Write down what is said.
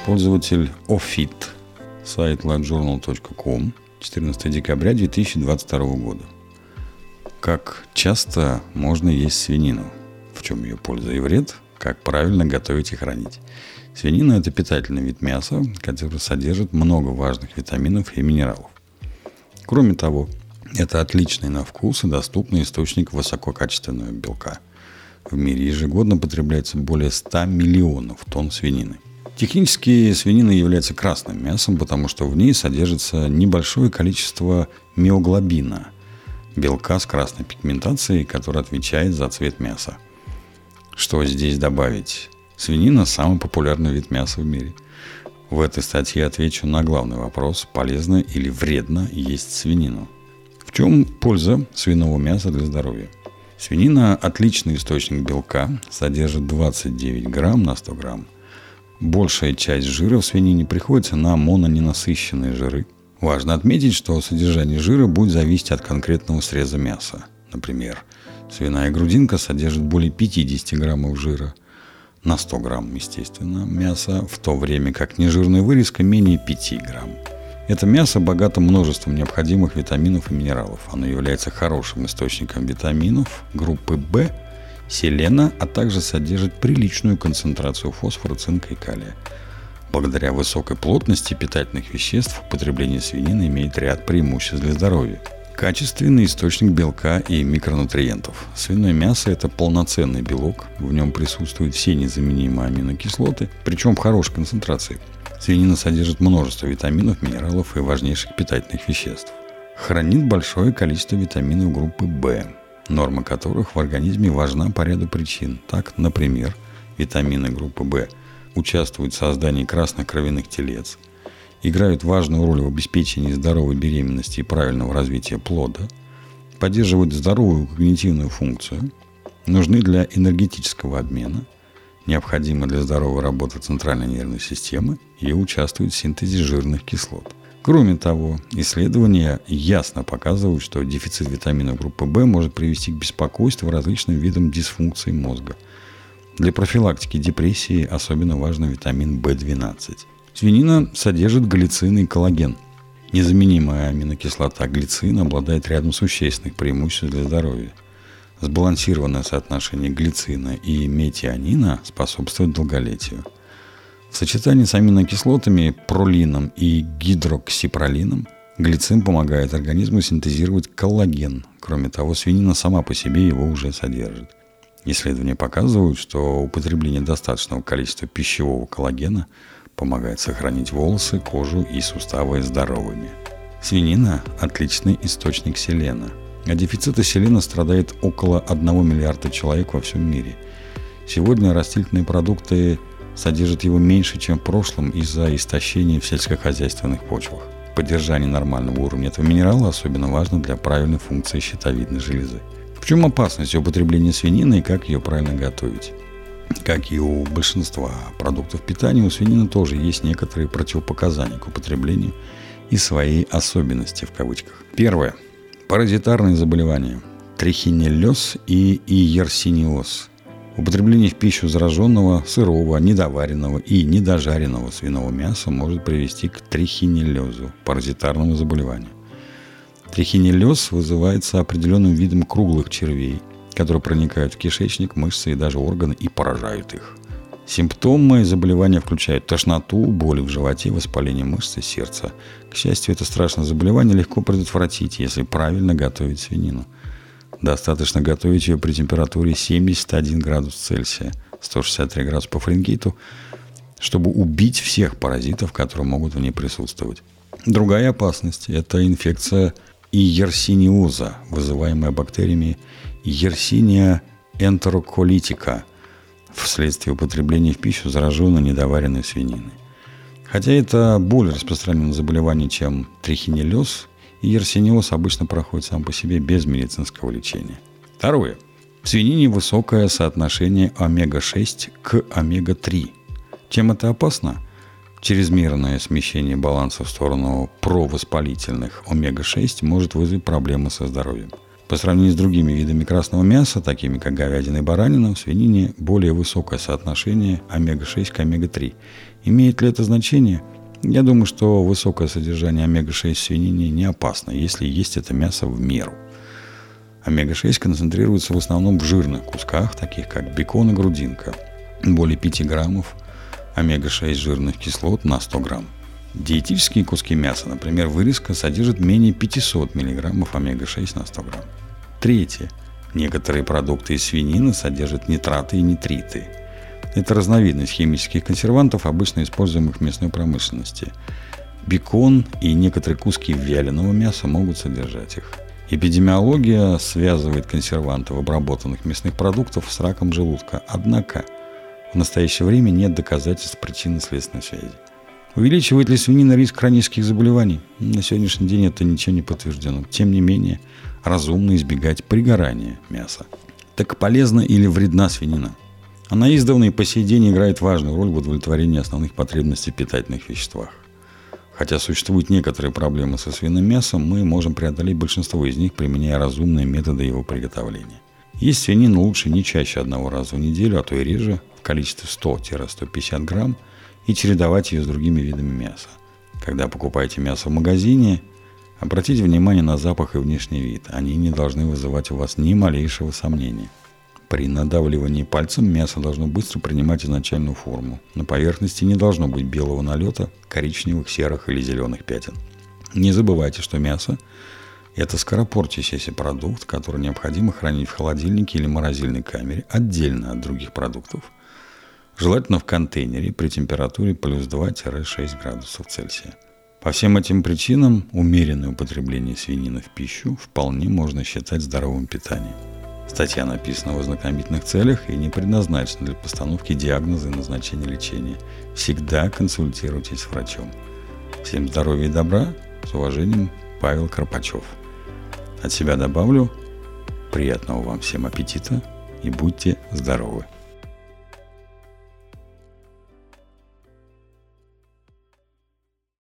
Пользователь Ofit, сайт livejournal.com, 14 декабря 2022 года. Как часто можно есть свинину? В чем ее польза и вред? Как правильно готовить и хранить? Свинина – это питательный вид мяса, который содержит много важных витаминов и минералов. Кроме того, это отличный на вкус и доступный источник высококачественного белка. В мире ежегодно потребляется более 100 миллионов тонн свинины. Технически свинина является красным мясом, потому что в ней содержится небольшое количество миоглобина, белка с красной пигментацией, который отвечает за цвет мяса. Что здесь добавить? Свинина – самый популярный вид мяса в мире. В этой статье отвечу на главный вопрос: полезно или вредно есть свинину. В чем польза свиного мяса для здоровья? Свинина – отличный источник белка, содержит 29 грамм на 100 грамм. Большая часть жира в свинине приходится на мононенасыщенные жиры. Важно отметить, что содержание жира будет зависеть от конкретного среза мяса. Например, свиная грудинка содержит более 50 граммов жира на 100 грамм, естественно, мяса, в то время как нежирная вырезка менее 5 грамм. Это мясо богато множеством необходимых витаминов и минералов. Оно является хорошим источником витаминов группы В, селена, а также содержит приличную концентрацию фосфора, цинка и калия. Благодаря высокой плотности питательных веществ употребление свинины имеет ряд преимуществ для здоровья. Качественный источник белка и микронутриентов. Свиное мясо – это полноценный белок, в нем присутствуют все незаменимые аминокислоты, причем в хорошей концентрации. Свинина содержит множество витаминов, минералов и важнейших питательных веществ. Хранит большое количество витаминов группы В, норма которых в организме важна по ряду причин. Так, например, витамины группы В участвуют в создании красных кровяных телец, играют важную роль в обеспечении здоровой беременности и правильного развития плода, поддерживают здоровую когнитивную функцию, нужны для энергетического обмена, необходимы для здоровой работы центральной нервной системы и участвуют в синтезе жирных кислот. Кроме того, исследования ясно показывают, что дефицит витамина группы В может привести к беспокойству и различным видам дисфункций мозга. Для профилактики депрессии особенно важен витамин В12. Свинина содержит глицин и коллаген. Незаменимая аминокислота глицин обладает рядом существенных преимуществ для здоровья. Сбалансированное соотношение глицина и метионина способствует долголетию. В сочетании с аминокислотами пролином и гидроксипролином глицин помогает организму синтезировать коллаген. Кроме того, свинина сама по себе его уже содержит. Исследования показывают, что употребление достаточного количества пищевого коллагена помогает сохранить волосы, кожу и суставы здоровыми. Свинина – отличный источник селена. От дефицита селена страдает около 1 миллиарда человек во всем мире. Сегодня растительные продукты содержат его меньше, чем в прошлом из-за истощения в сельскохозяйственных почвах. Поддержание нормального уровня этого минерала особенно важно для правильной функции щитовидной железы. В чем опасность употребления свинины и как ее правильно готовить? Как и у большинства продуктов питания, у свинины тоже есть некоторые противопоказания к употреблению и свои особенности в кавычках. Первое. Паразитарные заболевания. Трихинеллез и иерсиниоз. Употребление в пищу зараженного, сырого, недоваренного и недожаренного свиного мяса может привести к трихинеллезу, паразитарному заболеванию. Трихинеллез вызывается определенным видом круглых червей, которые проникают в кишечник, мышцы и даже органы и поражают их. Симптомы заболевания включают тошноту, боли в животе, воспаление мышц и сердца. К счастью, это страшное заболевание легко предотвратить, если правильно готовить свинину. Достаточно готовить ее при температуре 71 градус Цельсия, 163 градуса по Фаренгейту, чтобы убить всех паразитов, которые могут в ней присутствовать. Другая опасность – это инфекция иерсиниоза, вызываемая бактериями Yersinia enterocolitica вследствие употребления в пищу зараженной недоваренной свинины. Хотя это более распространенное заболевание, чем трихинеллез, иерсиниоз обычно проходит сам по себе без медицинского лечения. Второе. В свинине высокое соотношение омега-6 к омега-3. Чем это опасно? Чрезмерное смещение баланса в сторону провоспалительных омега-6 может вызвать проблемы со здоровьем. По сравнению с другими видами красного мяса, такими как говядина и баранина, в свинине более высокое соотношение омега-6 к омега-3. Имеет ли это значение? Я думаю, что высокое содержание омега-6 в свинине не опасно, если есть это мясо в меру. Омега-6 концентрируется в основном в жирных кусках, таких как бекон и грудинка, более 5 граммов омега-6 жирных кислот на 100 грамм. Диетические куски мяса, например, вырезка, содержат менее 500 мг омега-6 на 100 грамм. Третье. Некоторые продукты из свинины содержат нитраты и нитриты. Это разновидность химических консервантов, обычно используемых в мясной промышленности. Бекон и некоторые куски вяленого мяса могут содержать их. Эпидемиология связывает консерванты в обработанных мясных продуктах с раком желудка, однако в настоящее время нет доказательств причинно-следственной связи. Увеличивает ли свинина риск хронических заболеваний? На сегодняшний день это ничего не подтверждено. Тем не менее, разумно избегать пригорания мяса. Так полезна или вредна свинина? Она издавна и по сей день играет важную роль в удовлетворении основных потребностей в питательных веществах. Хотя существуют некоторые проблемы со свиным мясом, мы можем преодолеть большинство из них, применяя разумные методы его приготовления. Есть свинину лучше не чаще одного раза в неделю, а то и реже, в количестве 100-150 грамм, и чередовать ее с другими видами мяса. Когда покупаете мясо в магазине, обратите внимание на запах и внешний вид. Они не должны вызывать у вас ни малейшего сомнения. При надавливании пальцем мясо должно быстро принимать изначальную форму. На поверхности не должно быть белого налета, коричневых, серых или зеленых пятен. Не забывайте, что мясо – это скоропортящийся продукт, который необходимо хранить в холодильнике или морозильной камере отдельно от других продуктов. Желательно в контейнере при температуре плюс 2-6 градусов Цельсия. По всем этим причинам умеренное употребление свинины в пищу вполне можно считать здоровым питанием. Статья написана в ознакомительных целях и не предназначена для постановки диагноза и назначения лечения. Всегда консультируйтесь с врачом. Всем здоровья и добра. С уважением, Павел Карпачев. От себя добавлю: приятного вам всем аппетита и будьте здоровы!